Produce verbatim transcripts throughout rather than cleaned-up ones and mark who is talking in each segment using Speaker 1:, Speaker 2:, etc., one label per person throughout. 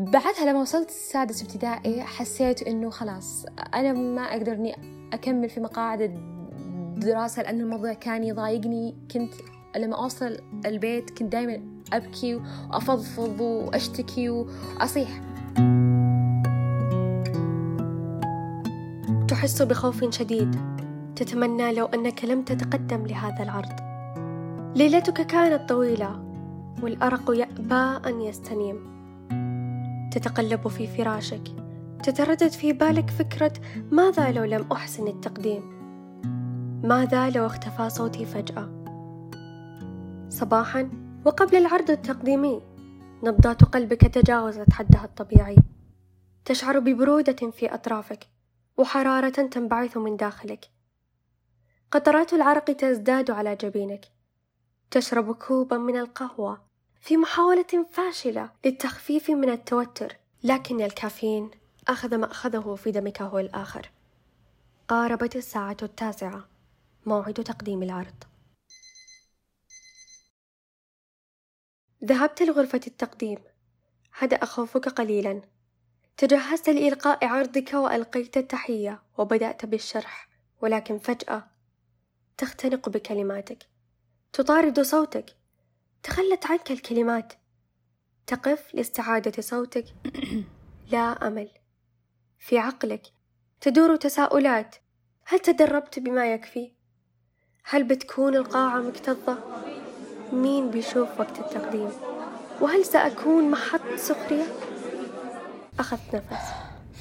Speaker 1: بعدها لما وصلت السادس ابتدائي حسيت إنه خلاص أنا ما أقدر إني أكمل في مقاعد الدراسة لأن الموضوع كان يضايقني. كنت لما أوصل البيت كنت دائما أبكي وأفضفض وأشتكي وأصيح.
Speaker 2: تحس بخوف شديد، تتمنى لو أنك لم تتقدم لهذا العرض. ليلتك كانت طويلة والأرق يأبى أن يستنيم. تتقلب في فراشك، تتردد في بالك فكرة ماذا لو لم أحسن التقديم؟ ماذا لو اختفى صوتي فجأة؟ صباحا وقبل العرض التقديمي نبضات قلبك تجاوزت حدها الطبيعي. تشعر ببرودة في أطرافك وحرارة تنبعث من داخلك. قطرات العرق تزداد على جبينك. تشرب كوبا من القهوة في محاولة فاشلة للتخفيف من التوتر، لكن الكافيين أخذ مأخذه في دمك هو الآخر. قاربت الساعة التاسعة، موعد تقديم العرض. ذهبت لغرفة التقديم. هدأ خوفك قليلا. تجهزت لإلقاء عرضك وألقيت التحية وبدأت بالشرح، ولكن فجأة تختنق بكلماتك، تطارد صوتك، تخلت عنك الكلمات. تقف لاستعادة صوتك. لا أمل. في عقلك تدور تساؤلات: هل تدربت بما يكفي؟ هل بتكون القاعة مكتظة؟ مين بيشوف وقت التقديم؟ وهل سأكون محط سخرية؟ أخذت نفس،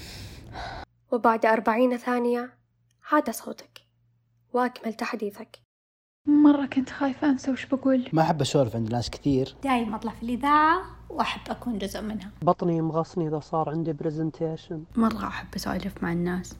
Speaker 2: وبعد أربعين ثانية عاد صوتك وأكملت حديثك.
Speaker 3: مرة كنت خايفة أنسى وش بقول.
Speaker 4: ما أحب أسولف عند ناس كثير.
Speaker 5: دايم أطلع في الإذاعة وأحب أكون جزء منها.
Speaker 6: بطني مغصني إذا صار عندي برزنتيشن.
Speaker 5: مرة أحب أسولف مع الناس.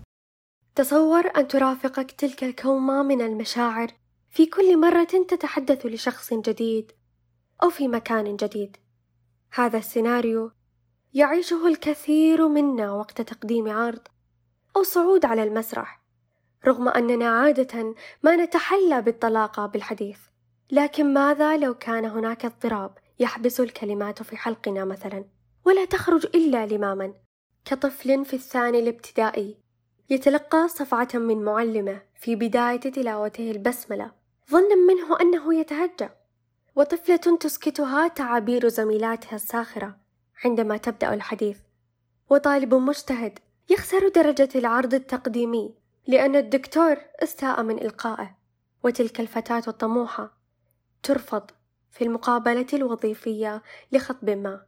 Speaker 2: تصور أن ترافقك تلك الكومة من المشاعر في كل مرة تتحدث لشخص جديد أو في مكان جديد. هذا السيناريو يعيشه الكثير منا وقت تقديم عرض أو صعود على المسرح، رغم أننا عادة ما نتحلى بالطلاقة بالحديث. لكن ماذا لو كان هناك اضطراب يحبس الكلمات في حلقنا مثلا، ولا تخرج إلا لماما، كطفل في الثاني الابتدائي يتلقى صفعة من معلمة في بداية تلاوته البسملة ظنا منه أنه يتهجى، وطفلة تسكتها تعابير زميلاتها الساخرة عندما تبدأ الحديث، وطالب مجتهد يخسر درجة العرض التقديمي لأن الدكتور استاء من إلقائه، وتلك الفتاة الطموحة ترفض في المقابلة الوظيفية لخطب ما.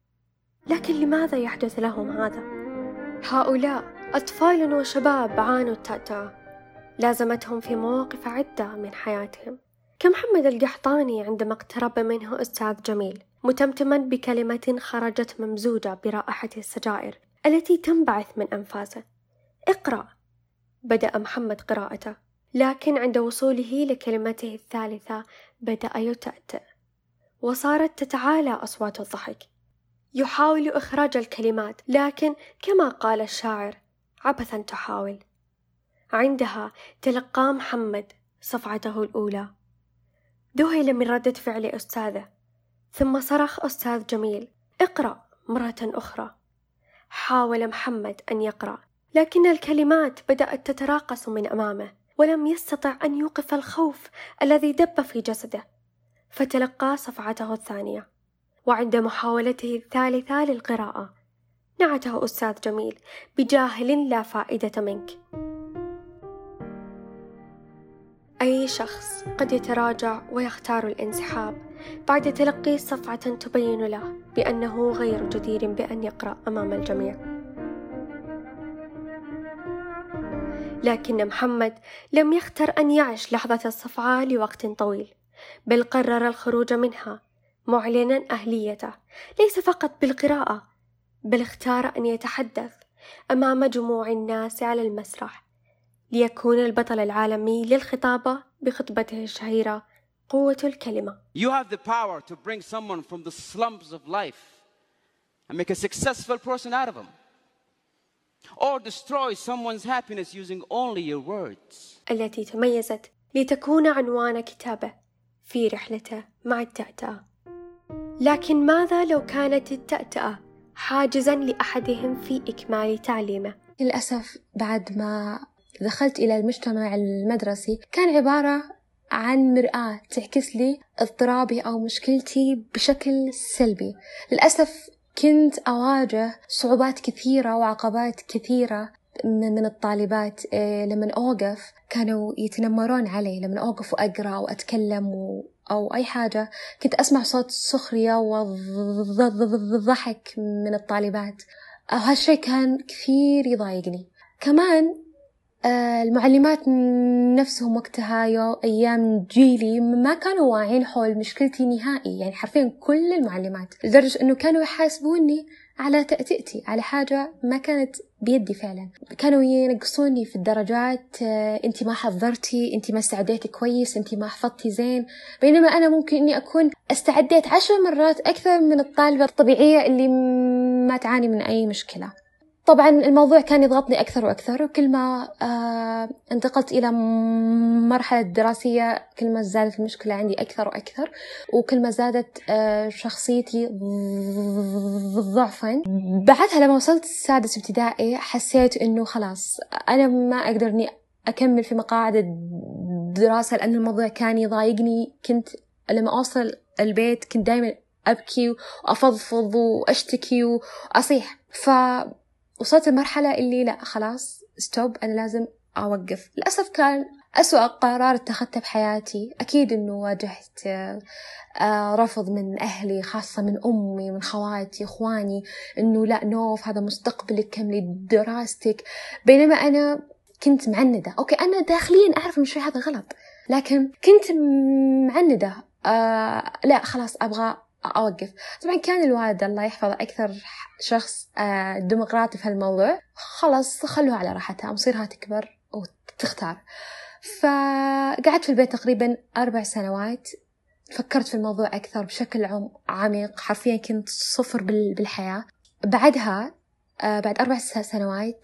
Speaker 2: لكن لماذا يحدث لهم هذا؟ هؤلاء أطفال وشباب عانوا التأتأة، لازمتهم في مواقف عدة من حياتهم، كمحمد القحطاني عندما اقترب منه أستاذ جميل متمتما بكلمة خرجت ممزوجة برائحة السجائر التي تنبعث من أنفاسه: اقرأ. بدأ محمد قراءته، لكن عند وصوله لكلمته الثالثة بدأ يتأتأ، وصارت تتعالى أصوات الضحك. يحاول إخراج الكلمات، لكن كما قال الشاعر: عبثا تحاول. عندها تلقى محمد صفعته الأولى، ذهل من ردة فعل أستاذه، ثم صرخ أستاذ جميل: اقرأ مرة أخرى. حاول محمد أن يقرأ، لكن الكلمات بدأت تتراقص من أمامه، ولم يستطع أن يوقف الخوف الذي دب في جسده، فتلقى صفعته الثانية. وعند محاولته الثالثة للقراءة نعته أستاذ جميل بجاهل لا فائدة منك. أي شخص قد يتراجع ويختار الانسحاب بعد تلقي صفعة تبين له بأنه غير جدير بأن يقرأ أمام الجميع. لكن محمد لم يختر أن يعيش لحظة الصفعة لوقت طويل، بل قرر الخروج منها معلنا أهليته ليس فقط بالقراءة، بل اختار أن يتحدث أمام جموع الناس على المسرح ليكون البطل العالمي للخطابة بخطبته الشهيرة: قوة الكلمة.
Speaker 7: You have the power to bring someone from the slums of life and make a successful person out of them, or destroy someone's happiness using only your words.
Speaker 2: التي تميزت لتكون عنوان كتابه في رحلته مع التأتأة. لكن ماذا لو كانت التأتأة حاجزا لأحدهم في إكمال تعليمه.
Speaker 1: للأسف بعد ما دخلت إلى المجتمع المدرسي كان عبارة عن مرآة تعكس لي اضطرابي أو مشكلتي بشكل سلبي. للأسف كنت أواجه صعوبات كثيرة وعقبات كثيرة من الطالبات. لما أوقف كانوا يتنمرون علي لما أوقف وأقرأ وأتكلم أو أي حاجة، كنت أسمع صوت سخرية وضحك من الطالبات، وهالشيء كان كثير يضايقني. كمان المعلمات نفسهم وقتها أيام جيلي ما كانوا واعين حول مشكلتي نهائي، يعني حرفيا كل المعلمات، لدرجة أنه كانوا يحاسبوني على تأتئتي، على حاجة ما كانت بيدي فعلا. كانوا ينقصوني في الدرجات، أنتي ما حضرتي، أنتي ما استعديتي كويس، أنتي ما حفظتي زين، بينما أنا ممكن أني أكون استعديت عشر مرات أكثر من الطالبة الطبيعية اللي ما تعاني من أي مشكلة. طبعا الموضوع كان يضغطني أكثر وأكثر، وكل ما آه انتقلت إلى مرحلة دراسية كل ما زادت المشكلة عندي أكثر وأكثر، وكل ما زادت آه شخصيتي ضعفا. بعدها لما وصلت السادس ابتدائي حسيت إنه خلاص أنا ما أقدر إني أكمل في مقاعد الدراسة، لأن الموضوع كان يضايقني. كنت لما أوصل البيت كنت دايما أبكي وأفضفض وأشتكي وأصيح. ف وصلت المرحلة اللي لا خلاص ستوب، أنا لازم أوقف. للأسف كان أسوأ قرار اتخذته بحياتي. أكيد أنه واجهت رفض من أهلي، خاصة من أمي، من خواتي، إخواني، أنه لا نوف هذا مستقبلك، كملي دراستك. بينما أنا كنت معندة. أوكي أنا داخليا أعرف أن الشيء هذا غلط، لكن كنت معندة. آه لا خلاص أبغى أوقف. طبعا كان الوالد الله يحفظه أكثر شخص ديمقراطي في هالموضوع، خلاص خلوها على راحتها، مصيرها تكبر وتختار. فقعدت في البيت تقريبا أربع سنوات، فكرت في الموضوع أكثر بشكل عميق، حرفيا كنت صفر بالحياة. بعدها بعد أربع سنوات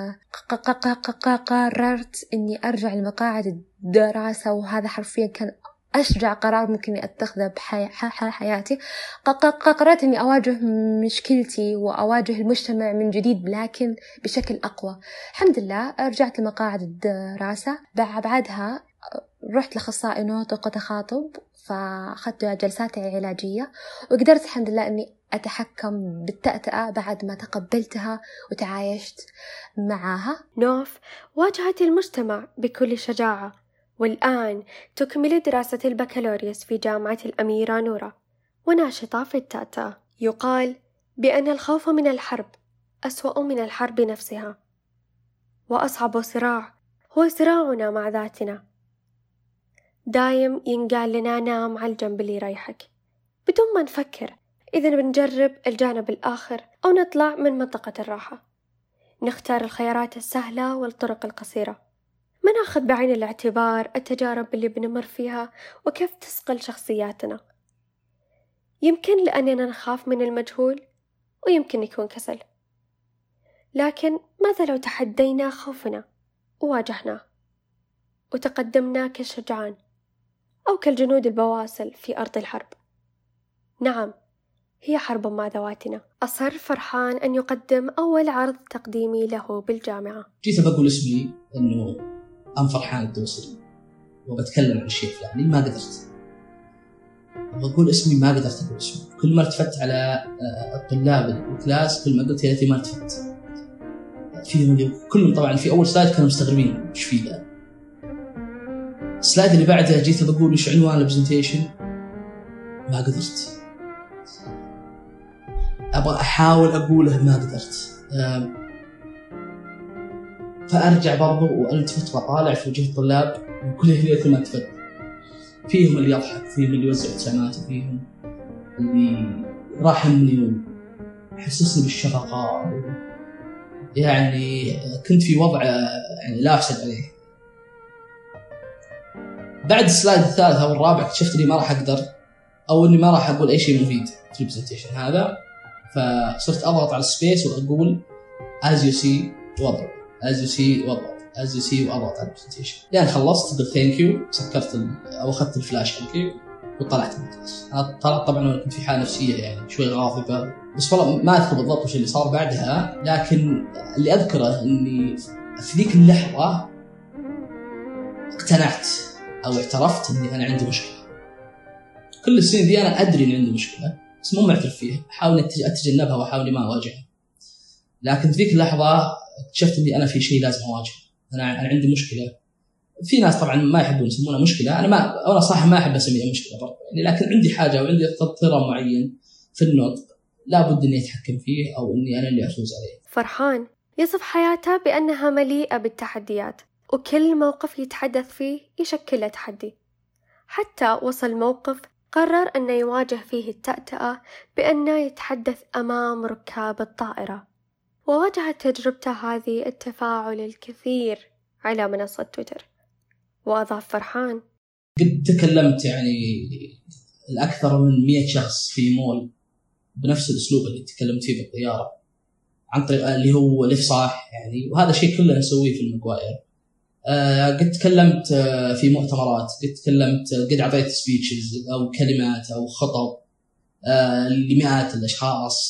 Speaker 1: قررت إني أرجع لمقاعد الدراسة، وهذا حرفيا كان أشجع قرار ممكن أتخذه بحياتي. قررت إني أواجه مشكلتي وأواجه المجتمع من جديد، لكن بشكل أقوى. الحمد لله رجعت لمقاعد الدراسة. بعدها رحت لأخصائي نطق وتخاطب، فأخذت جلسات علاجية، وقدرت الحمد لله إني أتحكم بالتأتأة بعد ما تقبلتها وتعايشت معها.
Speaker 2: نوف واجهت المجتمع بكل شجاعة، والآن تكمل دراسة البكالوريوس في جامعة الأميرة نورة، وناشطة في التأتأة. يقال بأن الخوف من الحرب أسوأ من الحرب نفسها، وأصعب صراع هو صراعنا مع ذاتنا. دايم ينقال لنا نام على الجنب اللي يريحك بدون ما نفكر إذا بنجرب الجانب الآخر أو نطلع من منطقة الراحة. نختار الخيارات السهلة والطرق القصيرة، ما ناخذ بعين الاعتبار التجارب اللي بنمر فيها وكيف تسقل شخصياتنا. يمكن لأننا نخاف من المجهول، ويمكن يكون كسل، لكن ماذا لو تحدينا خوفنا وواجهناه وتقدمنا كالشجعان أو كالجنود البواسل في أرض الحرب؟ نعم، هي حرب مع ذواتنا. أصر فرحان أن يقدم أول عرض تقديمي له بالجامعة.
Speaker 4: جيت بقول اسمي أنه أنا فرحان الدوسري وبتكلم عن الشيء الفلاني، ما قدرت بقول اسمي، ما قدرت أقول اسمي. كل ما ارتفت على الطلاب الكلاس كل ما قلت يا ليتي ما ارتفت فيهم، اللي كلهم طبعا في أول سلايد كانوا مستغربين وش فيه ده. السلايد اللي بعدها جيت بقول وش عنوان البرزنتيشن، ما قدرت. أبغى أحاول أقوله ما قدرت. فأرجع برضو وألتفت وأطالع في وجه الطلاب، وكل هذول ما التفت، فيهم اللي يضحك، فيهم اللي يوزع ابتسامات، وفيهم اللي راحمني وحسسني بالشفقة. يعني كنت في وضع يعني لا أحسد عليه. بعد السلايد الثالث أو الرابع اكتشفت إني ما راح أقدر، أو إني ما راح أقول أي شيء مفيد في البرزنتيشن هذا. فصرت أضغط على السبيس وأقول as you see وضع as you see وضع as you see وأضغط على البرزنتيشن. يعني خلصت قلت thank you، سكرت ال... أو أخذت الفلاش حقي وطلعت من الكلاس. أنا طلعت طبعا وأنا كنت في حالة نفسية يعني شوي غاضبة، بس والله ما أذكر بالضبط وش اللي صار بعدها، لكن اللي أذكره إني في ذيك اللحظة اقتنعت أو اعترفت إني أنا عندي مشكلة. كل السنين دي أنا أدري إن عندي مشكلة بس مو معترف فيها، أحاول أتجنبها وأحاول ما أواجهها. لكن في ذيك اللحظة اكتشفت إني أنا في شيء لازم أواجهه. أنا أنا عندي مشكلة. في ناس طبعا ما يحبون يسمونها مشكلة، أنا ما أنا صح ما أحب أسميها مشكلة برضه يعني، لكن عندي حاجة وعندي اضطراب معين في النطق لابد إني أتحكم فيه أو إني أنا اللي أفوز عليه.
Speaker 2: فرحان يصف حياته بأنها مليئة بالتحديات، وكل موقف يتحدث فيه يشكل له تحدي. حتى وصل موقف قرر أنه يواجه فيه التأتأة بأنه يتحدث أمام ركاب الطائرة، وواجهت تجربته هذه التفاعل الكثير على منصة تويتر. وأضاف فرحان:
Speaker 4: قد تكلمت يعني الأكثر من مئة شخص في مول بنفس الأسلوب اللي تكلمت فيه بالطيارة، عن طريق اللي هو الإفصاح يعني، وهذا شيء كله نسويه في المكواير. آه قد تكلمت آه في مؤتمرات، قد تكلمت قد عطيت سبيتشز أو كلمات أو خطب آه لمئات الأشخاص.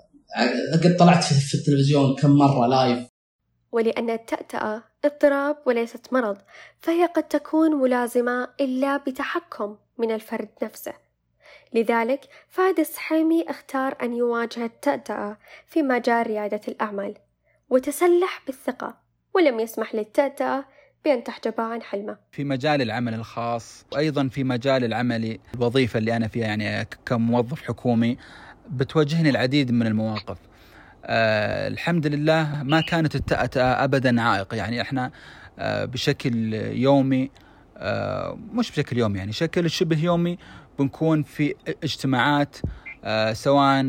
Speaker 4: آه قد طلعت في, في التلفزيون كم مرة لايف.
Speaker 2: ولأن التأتأة اضطراب وليست مرض، فهي قد تكون ملازمة إلا بتحكم من الفرد نفسه. لذلك فادس حيمي اختار أن يواجه التأتأة في مجال ريادة الأعمال، وتسلح بالثقة، ولم يسمح للتأتأة بأن تحجب عن حلمه.
Speaker 8: في مجال العمل الخاص وأيضا في مجال العمل الوظيفة اللي أنا فيها يعني كموظف حكومي بتواجهني العديد من المواقف. آه الحمد لله ما كانت التأتأة أبدا عائق، يعني إحنا آه بشكل يومي آه مش بشكل يومي يعني شكل شبه يومي بنكون في اجتماعات آه سواء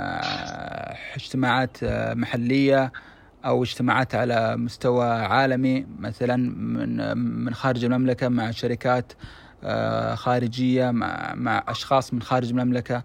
Speaker 8: آه اجتماعات آه محلية أو اجتماعات على مستوى عالمي، مثلا من من خارج المملكة مع شركات آه خارجية مع, مع أشخاص من خارج المملكة.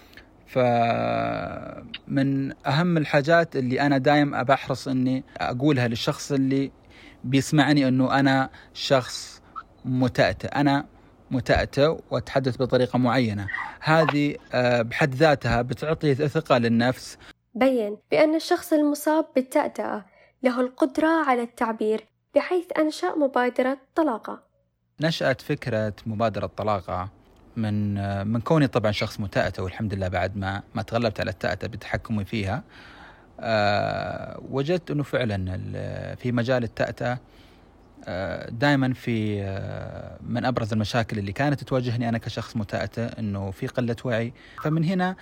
Speaker 8: فمن أهم الحاجات اللي أنا دايم أبحرص أني أقولها للشخص اللي بيسمعني أنه أنا شخص متأتئ، أنا متأتئ وأتحدث بطريقة معينة، هذه بحد ذاتها بتعطي ثقة للنفس.
Speaker 2: بين بأن الشخص المصاب بالتأتأة له القدرة على التعبير، بحيث أنشأ مبادرة طلاقة.
Speaker 8: نشأت فكرة مبادرة طلاقة من من كوني طبعا شخص متأتئ، والحمد لله بعد ما ما تغلبت على التأتأة بتحكمي فيها أه وجدت انه فعلا في مجال التأتأة أه دائما في أه من ابرز المشاكل اللي كانت تواجهني انا كشخص متأتئ انه في قلة وعي. فمن هنا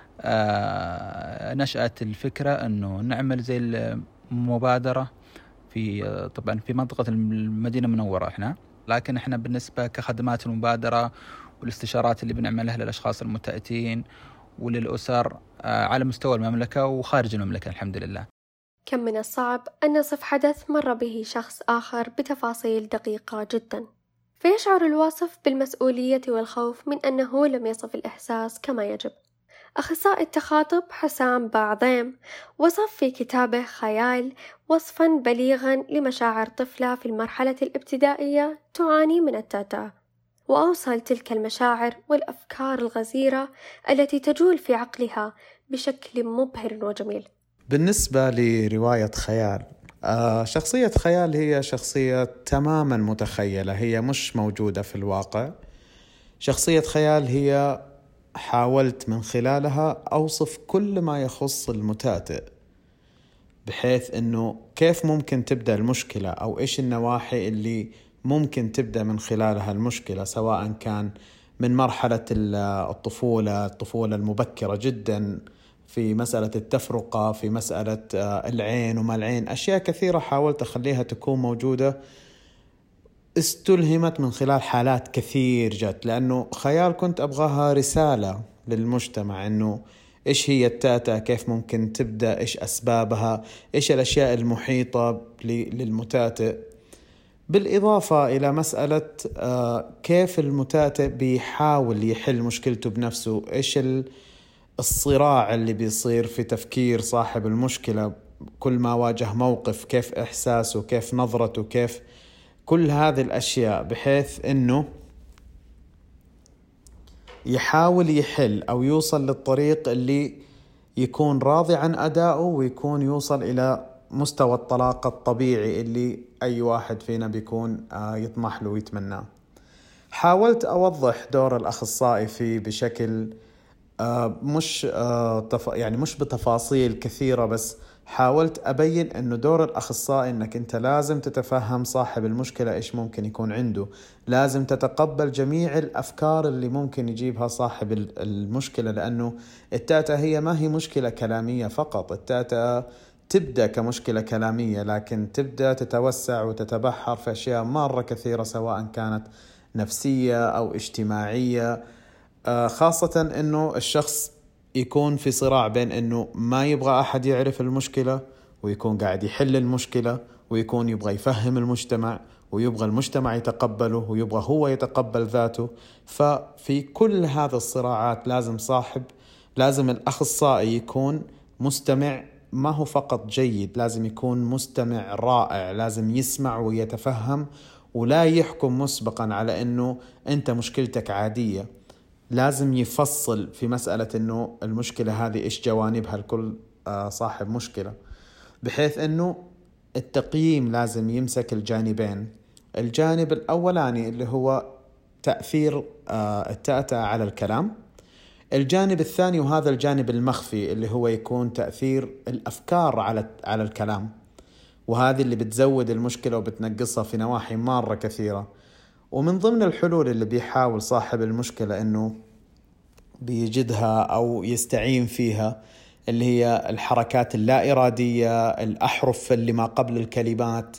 Speaker 8: أه نشأت الفكرة انه نعمل زي المبادرة في طبعا في منطقة المدينة المنورة احنا، لكن احنا بالنسبة كخدمات المبادرة والاستشارات اللي بنعملها للأشخاص المتأتين وللأسر على مستوى المملكة وخارج المملكة الحمد لله.
Speaker 2: كم من الصعب أن نصف حدث مر به شخص آخر بتفاصيل دقيقة جدا، فيشعر الواصف بالمسؤولية والخوف من أنه لم يصف الإحساس كما يجب. أخصائي التخاطب حسام بعظيم وصف في كتابه خيال وصفا بليغا لمشاعر طفلة في المرحلة الابتدائية تعاني من التأتأة، وأوصل تلك المشاعر والأفكار الغزيرة التي تجول في عقلها بشكل مبهر وجميل.
Speaker 9: بالنسبة لرواية خيال، آه شخصية خيال هي شخصية تماما متخيلة، هي مش موجودة في الواقع. شخصية خيال هي حاولت من خلالها أوصف كل ما يخص المتأتئ، بحيث أنه كيف ممكن تبدأ المشكلة أو إيش النواحي اللي ممكن تبدأ من خلالها المشكلة، سواء كان من مرحلة الطفولة الطفولة المبكرة جدا، في مسألة التفرقة، في مسألة العين وما العين، أشياء كثيرة حاولت أخليها تكون موجودة، استلهمت من خلال حالات كثير جت، لأنه خيال كنت أبغاها رسالة للمجتمع أنه إيش هي التأتأة، كيف ممكن تبدأ، إيش أسبابها، إيش الأشياء المحيطة للمتأتئ، بالإضافة إلى مسألة كيف المتأتئ بيحاول يحل مشكلته بنفسه، إيش الصراع اللي بيصير في تفكير صاحب المشكلة كل ما واجه موقف، كيف إحساسه، كيف نظرته، كيف كل هذه الأشياء، بحيث أنه يحاول يحل أو يوصل للطريق اللي يكون راضي عن أدائه ويكون يوصل إلى مستوى الطلاقة الطبيعي اللي أي واحد فينا بيكون يطمح له ويتمناه. حاولت أوضح دور الأخصائي فيه بشكل مش يعني مش بتفاصيل كثيرة، بس حاولت أبين أنه دور الأخصائي أنك أنت لازم تتفهم صاحب المشكلة إيش ممكن يكون عنده، لازم تتقبل جميع الأفكار اللي ممكن يجيبها صاحب المشكلة، لأنه التاتا هي ما هي مشكلة كلامية فقط. التاتا تبدأ كمشكلة كلامية لكن تبدأ تتوسع وتتبحر في أشياء مرة كثيرة، سواء كانت نفسية أو اجتماعية، خاصة أنه الشخص يكون في صراع بين أنه ما يبغى أحد يعرف المشكلة ويكون قاعد يحل المشكلة، ويكون يبغى يفهم المجتمع ويبغى المجتمع يتقبله ويبغى هو يتقبل ذاته. ففي كل هذا الصراعات لازم صاحب لازم الأخصائي يكون مستمع، ما هو فقط جيد، لازم يكون مستمع رائع، لازم يسمع ويتفهم ولا يحكم مسبقا على أنه أنت مشكلتك عادية. لازم يفصل في مسألة أنه المشكلة هذه إيش جوانبها لكل صاحب مشكلة، بحيث أنه التقييم لازم يمسك الجانبين. الجانب الأولاني اللي هو تأثير التأتأة على الكلام، الجانب الثاني وهذا الجانب المخفي اللي هو يكون تأثير الأفكار على على الكلام، وهذه اللي بتزود المشكلة وبتنقصها في نواحي مرة كثيرة. ومن ضمن الحلول اللي بيحاول صاحب المشكلة إنه بيجدها أو يستعين فيها اللي هي الحركات اللا إرادية، الأحرف اللي ما قبل الكلمات،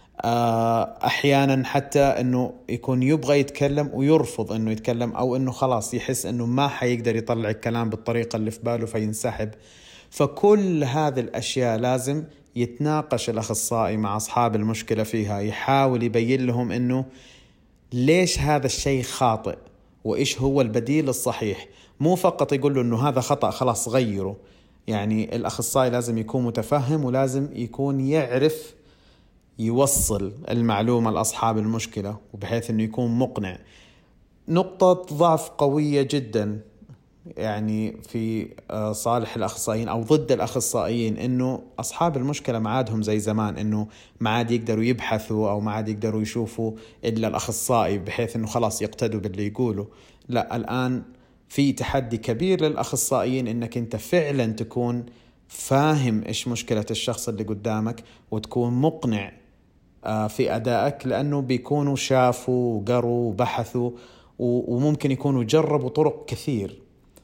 Speaker 9: أحيانا حتى إنه يكون يبغى يتكلم ويرفض إنه يتكلم، أو إنه خلاص يحس إنه ما حيقدر يطلع الكلام بالطريقة اللي في باله فينسحب. فكل هذه الأشياء لازم يتناقش الأخصائي مع أصحاب المشكلة فيها، يحاول يبين لهم إنه ليش هذا الشيء خاطئ وإيش هو البديل الصحيح، مو فقط يقول له إنه هذا خطأ خلاص غيره. يعني الأخصائي لازم يكون متفهم ولازم يكون يعرف يوصل المعلومة لأصحاب المشكلة وبحيث إنه يكون مقنع. نقطة ضعف قوية جدا يعني في صالح الأخصائيين أو ضد الأخصائيين، إنه أصحاب المشكلة معادهم زي زمان، إنه معاد يقدروا يبحثوا أو معاد يقدروا يشوفوا إلا الأخصائي بحيث إنه خلاص يقتدوا باللي يقوله. لا، الآن في تحدي كبير للأخصائيين إنك أنت فعلا تكون فاهم إيش مشكلة الشخص اللي قدامك وتكون مقنع في أدائك، لأنه بيكونوا شافوا وقروا وبحثوا وممكن يكونوا جربوا طرق كثير.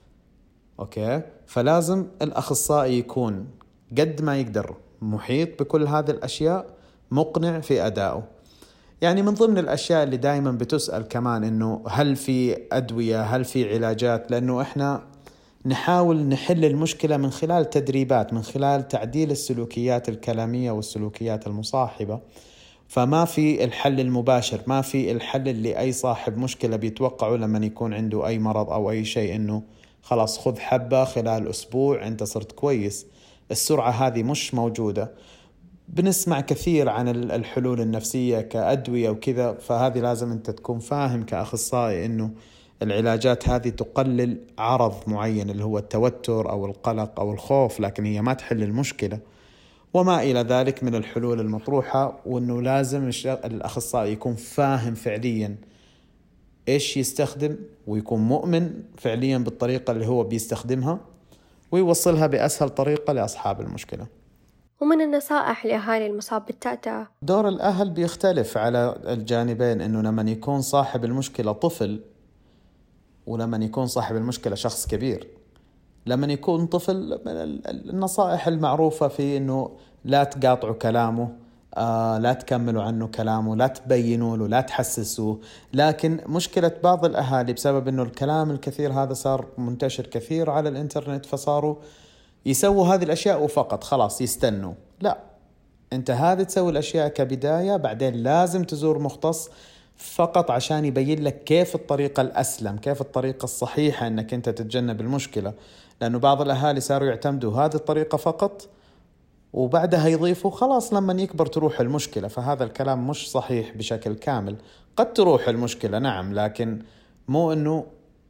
Speaker 9: أوكي، فلازم الأخصائي يكون قد ما يقدر محيط بكل هذه الأشياء، مقنع في أدائه. يعني من ضمن الأشياء اللي دائما بتسأل كمان إنه هل في أدوية، هل في علاجات، لأنه إحنا نحاول نحل المشكلة من خلال تدريبات، من خلال تعديل السلوكيات الكلامية والسلوكيات المصاحبة. فما في الحل المباشر، ما في الحل اللي أي صاحب مشكلة بيتوقعه لما يكون عنده أي مرض أو أي شيء، إنه خلاص خذ حبة خلال أسبوع أنت صرت كويس. السرعة هذه مش موجودة. بنسمع كثير عن الحلول النفسية كأدوية وكذا، فهذه لازم أنت تكون فاهم كأخصائي إنه العلاجات هذه تقلل عرض معين اللي هو التوتر أو القلق أو الخوف، لكن هي ما تحل المشكلة وما إلى ذلك من الحلول المطروحة. وإنه لازم الأخصائي يكون فاهم فعليا إيش يستخدم ويكون مؤمن فعليا بالطريقة اللي هو بيستخدمها ويوصلها بأسهل طريقة لأصحاب المشكلة.
Speaker 2: ومن النصائح لأهالي المصاب بالتأتأة،
Speaker 9: دور الأهل بيختلف على الجانبين، إنه لما يكون صاحب المشكلة طفل ولما يكون صاحب المشكلة شخص كبير. لما يكون طفل، النصائح المعروفة في إنه لا تقاطعوا كلامه، آه لا تكملوا عنه كلامه، لا تبينوا له، لا تحسسوه. لكن مشكلة بعض الأهالي بسبب إنه الكلام الكثير هذا صار منتشر كثير على الإنترنت، فصاروا يسووا هذه الأشياء وفقط خلاص يستنوا. لا، أنت هذه تسوي الأشياء كبداية، بعدين لازم تزور مختص فقط عشان يبين لك كيف الطريقة الأسلم، كيف الطريقة الصحيحة أنك أنت تتجنب المشكلة. لأنه بعض الأهالي صاروا يعتمدوا هذه الطريقة فقط وبعدها يضيفوا خلاص لما يكبر تروح المشكلة. فهذا الكلام مش صحيح بشكل كامل. قد تروح المشكلة نعم، لكن مو أنه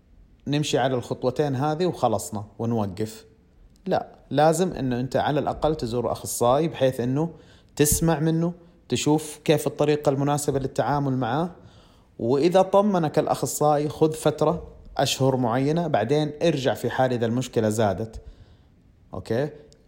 Speaker 9: نمشي على الخطوتين هذه وخلصنا ونوقف. لا، لازم أنه أنت على الأقل تزور أخصائي بحيث أنه تسمع منه، تشوف كيف الطريقة المناسبة للتعامل معه، وإذا طمنك الأخصائي خذ فترة أشهر معينة، بعدين ارجع في حال إذا المشكلة زادت. أوكي،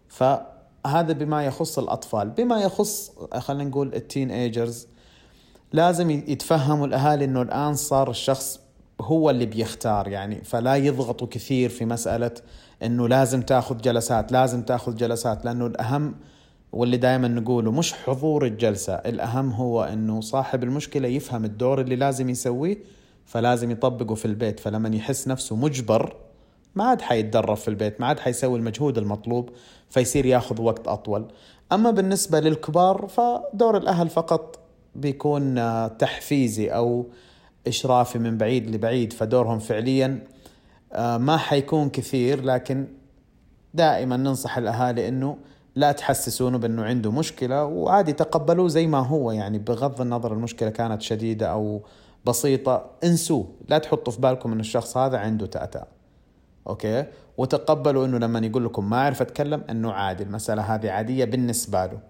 Speaker 9: فهذا بما يخص الأطفال. بما يخص خلينا نقول التين ايجرز، لازم يتفهموا الأهالي أنه الآن صار الشخص هو اللي بيختار، يعني فلا يضغطوا كثير في مسألة أنه لازم تأخذ جلسات لازم تأخذ جلسات لأنه الأهم واللي دائما نقوله مش حضور الجلسة، الأهم هو أنه صاحب المشكلة يفهم الدور اللي لازم يسويه، فلازم يطبقه في البيت. فلما يحس نفسه مجبر ما عاد حيتدرب في البيت، ما عاد حيسوي المجهود المطلوب، فيصير ياخذ وقت أطول. أما بالنسبة للكبار فدور الأهل فقط بيكون تحفيزي أو إشرافي من بعيد لبعيد، فدورهم فعليا ما حيكون كثير. لكن دائما ننصح الأهالي أنه لا تحسسونه بأنه عنده مشكلة، وعادي تقبلوه زي ما هو، يعني بغض النظر المشكلة كانت شديدة أو بسيطة، انسوه، لا تحطوا في بالكم أن الشخص هذا عنده تأتأة. أوكي، وتقبلوا أنه لما يقول لكم ما أعرف أتكلم أنه عادي، المسألة هذه عادية بالنسبة له.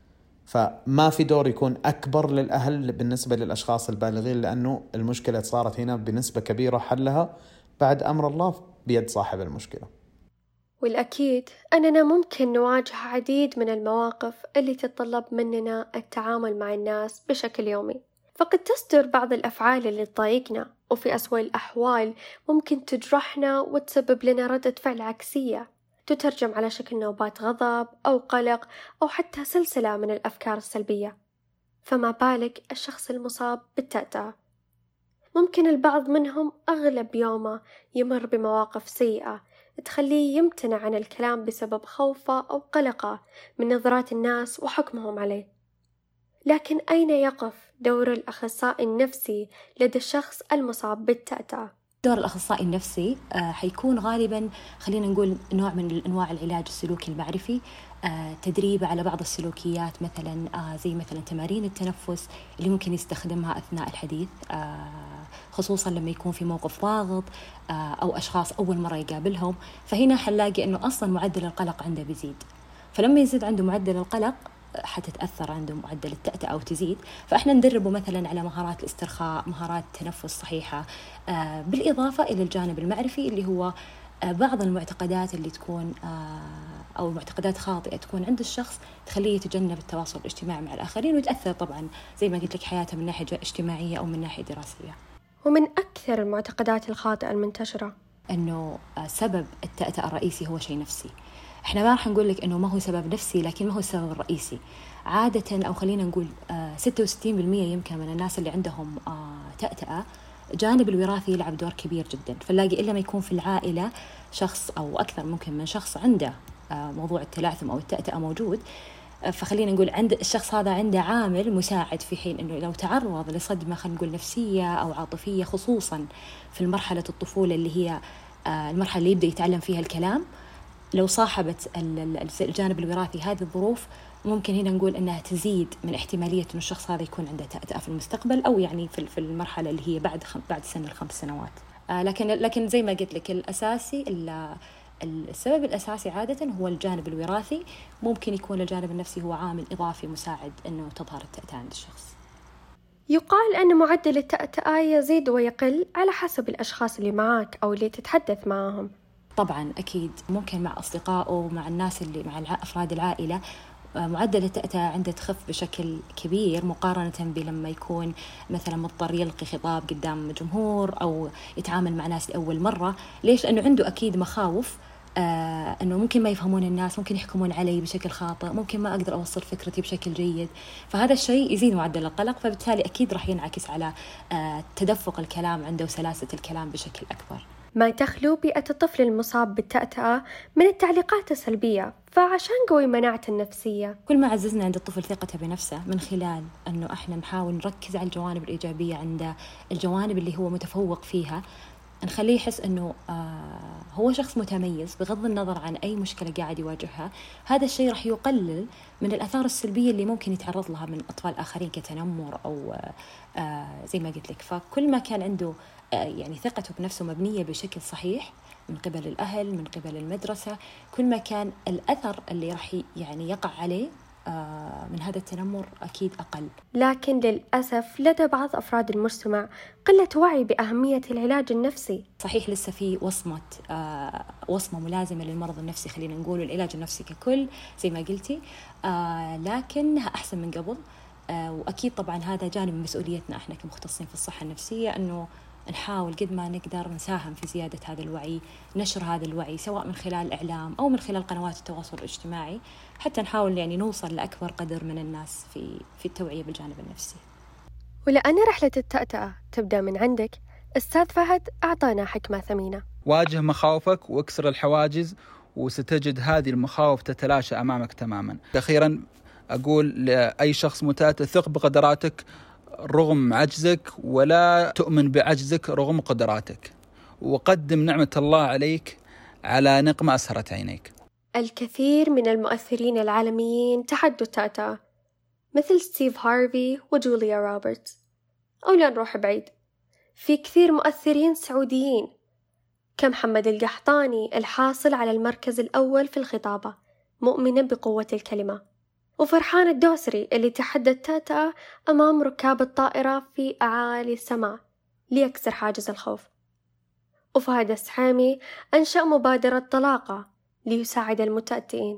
Speaker 9: فما في دور يكون أكبر للأهل بالنسبة للأشخاص البالغين، لأنه المشكلة صارت هنا بنسبة كبيرة حلها بعد أمر الله بيد صاحب المشكلة.
Speaker 2: والأكيد أننا ممكن نواجه عديد من المواقف اللي تتطلب مننا التعامل مع الناس بشكل يومي، فقد تصدر بعض الأفعال اللي تضايقنا، وفي أسوأ الأحوال ممكن تجرحنا وتسبب لنا ردة فعل عكسية تترجم على شكل نوبات غضب أو قلق أو حتى سلسلة من الأفكار السلبية. فما بالك الشخص المصاب بالتأتأة؟ ممكن البعض منهم أغلب يومه يمر بمواقف سيئة تخليه يمتنع عن الكلام بسبب خوفه أو قلقه من نظرات الناس وحكمهم عليه. لكن أين يقف دور الأخصائي النفسي لدى الشخص المصاب بالتأتأة؟
Speaker 10: دور الأخصائي النفسي آه حيكون غالباً خلينا نقول نوع من أنواع العلاج السلوكي المعرفي، آه تدريب على بعض السلوكيات، مثلاً آه زي مثلاً تمارين التنفس اللي ممكن يستخدمها أثناء الحديث، آه خصوصاً لما يكون في موقف ضاغط آه أو أشخاص أول مرة يقابلهم. فهنا حنلاقي أنه أصلاً معدل القلق عنده بيزيد، فلما يزيد عنده معدل القلق حتتأثر عنده معدل التأتأة أو تزيد. فإحنا ندربه مثلا على مهارات الاسترخاء، مهارات التنفس صحيحة، آه بالإضافة إلى الجانب المعرفي اللي هو آه بعض المعتقدات اللي تكون آه أو معتقدات خاطئة تكون عند الشخص تخليه يتجنب التواصل الاجتماعي مع الآخرين، وتأثر طبعا زي ما قلت لك حياته من ناحية اجتماعية أو من ناحية دراسية.
Speaker 2: ومن أكثر المعتقدات الخاطئة المنتشرة
Speaker 10: أنه آه سبب التأتأة الرئيسي هو شيء نفسي. إحنا ما راح نقول لك إنه ما هو سبب نفسي، لكن ما هو السبب الرئيسي. عادة أو خلينا نقول آه ستة وستين بالمئة يمكن من الناس اللي عندهم آه تأتأة جانب الوراثي يلعب دور كبير جدا. فنلاقي إلا ما يكون في العائلة شخص أو أكثر ممكن من شخص عنده آه موضوع التلعثم أو التأتأة موجود، آه فخلينا نقول عند الشخص هذا عنده عامل مساعد في حين إنه لو تعرض لصدمة خلينا نقول نفسية أو عاطفية، خصوصا في المرحلة الطفولة اللي هي آه المرحلة اللي يبدأ يتعلم فيها الكلام، لو صاحبت الجانب الوراثي هذه الظروف ممكن هنا نقول أنها تزيد من احتمالية أن الشخص هذا يكون عنده تأتأة في المستقبل، أو يعني في المرحلة اللي هي بعد بعد سن الخمس سنوات. آه لكن لكن زي ما قلت لك الأساسي السبب الأساسي عادة هو الجانب الوراثي. ممكن يكون الجانب النفسي هو عامل إضافي مساعد أنه تظهر التأتأة عند الشخص.
Speaker 2: يقال أن معدل التأتأة يزيد ويقل على حسب الأشخاص اللي معك أو اللي تتحدث معهم.
Speaker 10: طبعا أكيد ممكن مع أصدقائه ومع الناس اللي مع أفراد العائلة معدل التأتأة عنده تخف بشكل كبير مقارنة بلما يكون مثلا مضطر يلقي خطاب قدام جمهور أو يتعامل مع ناس لأول مرة. ليش؟ لأنه عنده أكيد مخاوف آه أنه ممكن ما يفهمون الناس، ممكن يحكمون علي بشكل خاطئ، ممكن ما أقدر أوصل فكرتي بشكل جيد. فهذا الشيء يزيد معدل القلق، فبالتالي أكيد راح ينعكس على آه تدفق الكلام عنده وسلاسة الكلام بشكل أكبر.
Speaker 2: ما تخلو بيئة الطفل المصاب بالتأتأة من التعليقات السلبية، فعشان قوي مناعته النفسية
Speaker 10: كل ما عززنا عند الطفل ثقته بنفسه من خلال أنه إحنا نحاول نركز على الجوانب الإيجابية عنده، الجوانب اللي هو متفوق فيها، نخليه يحس أنه آه هو شخص متميز بغض النظر عن أي مشكلة قاعد يواجهها. هذا الشيء راح يقلل من الآثار السلبية اللي ممكن يتعرض لها من أطفال آخرين كتنمر أو آه زي ما قلت لك. فكل ما كان عنده آه يعني ثقته بنفسه مبنية بشكل صحيح من قبل الأهل، من قبل المدرسة، كل ما كان الأثر اللي راح يعني يقع عليه من هذا التنمر أكيد أقل.
Speaker 2: لكن للأسف لدى بعض أفراد المجتمع قلة وعي بأهمية العلاج النفسي.
Speaker 10: صحيح لسه في وصمة آه وصمة ملازمة للمرض النفسي، خلينا نقول العلاج النفسي ككل زي ما قلتي، آه لكنها أحسن من قبل. آه وأكيد طبعا هذا جانب من مسؤوليتنا إحنا كمختصين في الصحة النفسية، أنه نحاول قد ما نقدر نساهم في زيادة هذا الوعي، نشر هذا الوعي سواء من خلال الإعلام أو من خلال قنوات التواصل الاجتماعي، حتى نحاول يعني نوصل لأكبر قدر من الناس في في التوعية بالجانب النفسي.
Speaker 2: ولأن رحلة التأتأة تبدأ من عندك، أستاذ فهد أعطانا حكمة ثمينة.
Speaker 8: واجه مخاوفك واكسر الحواجز، وستجد هذه المخاوف تتلاشى أمامك تماما. أخيرا أقول لأي شخص متأتئ: ثق بقدراتك رغم عجزك، ولا تؤمن بعجزك رغم قدراتك، وقدم نعمة الله عليك على نقمة أسهرت عينيك.
Speaker 2: الكثير من المؤثرين العالميين تحدوا التأتأة، مثل ستيف هارفي وجوليا روبرتس. أو لا نروح بعيد، في كثير مؤثرين سعوديين كمحمد القحطاني الحاصل على المركز الأول في الخطابة مؤمنا بقوة الكلمة، وفرحان الدوسري اللي تحدى التأتأة أمام ركاب الطائرة في أعالي السماء ليكسر حاجز الخوف، وفهد السحامي أنشأ مبادرة طلاقة ليساعد المتأتئين،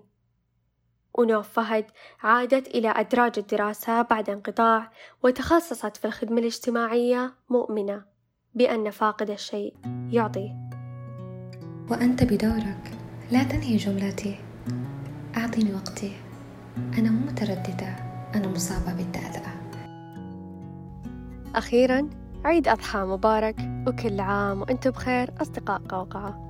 Speaker 2: ونوف فهد عادت إلى أدراج الدراسة بعد انقطاع وتخصصت في الخدمة الاجتماعية مؤمنة بأن فاقد الشيء يعطيه.
Speaker 11: وأنت بدورك لا تنهي جملتي، أعطني وقتي، أنا مو مترددة، أنا مصابة بالتأتأة.
Speaker 2: أخيراً عيد أضحى مبارك، وكل عام وأنتم بخير أصدقاء قوقعة.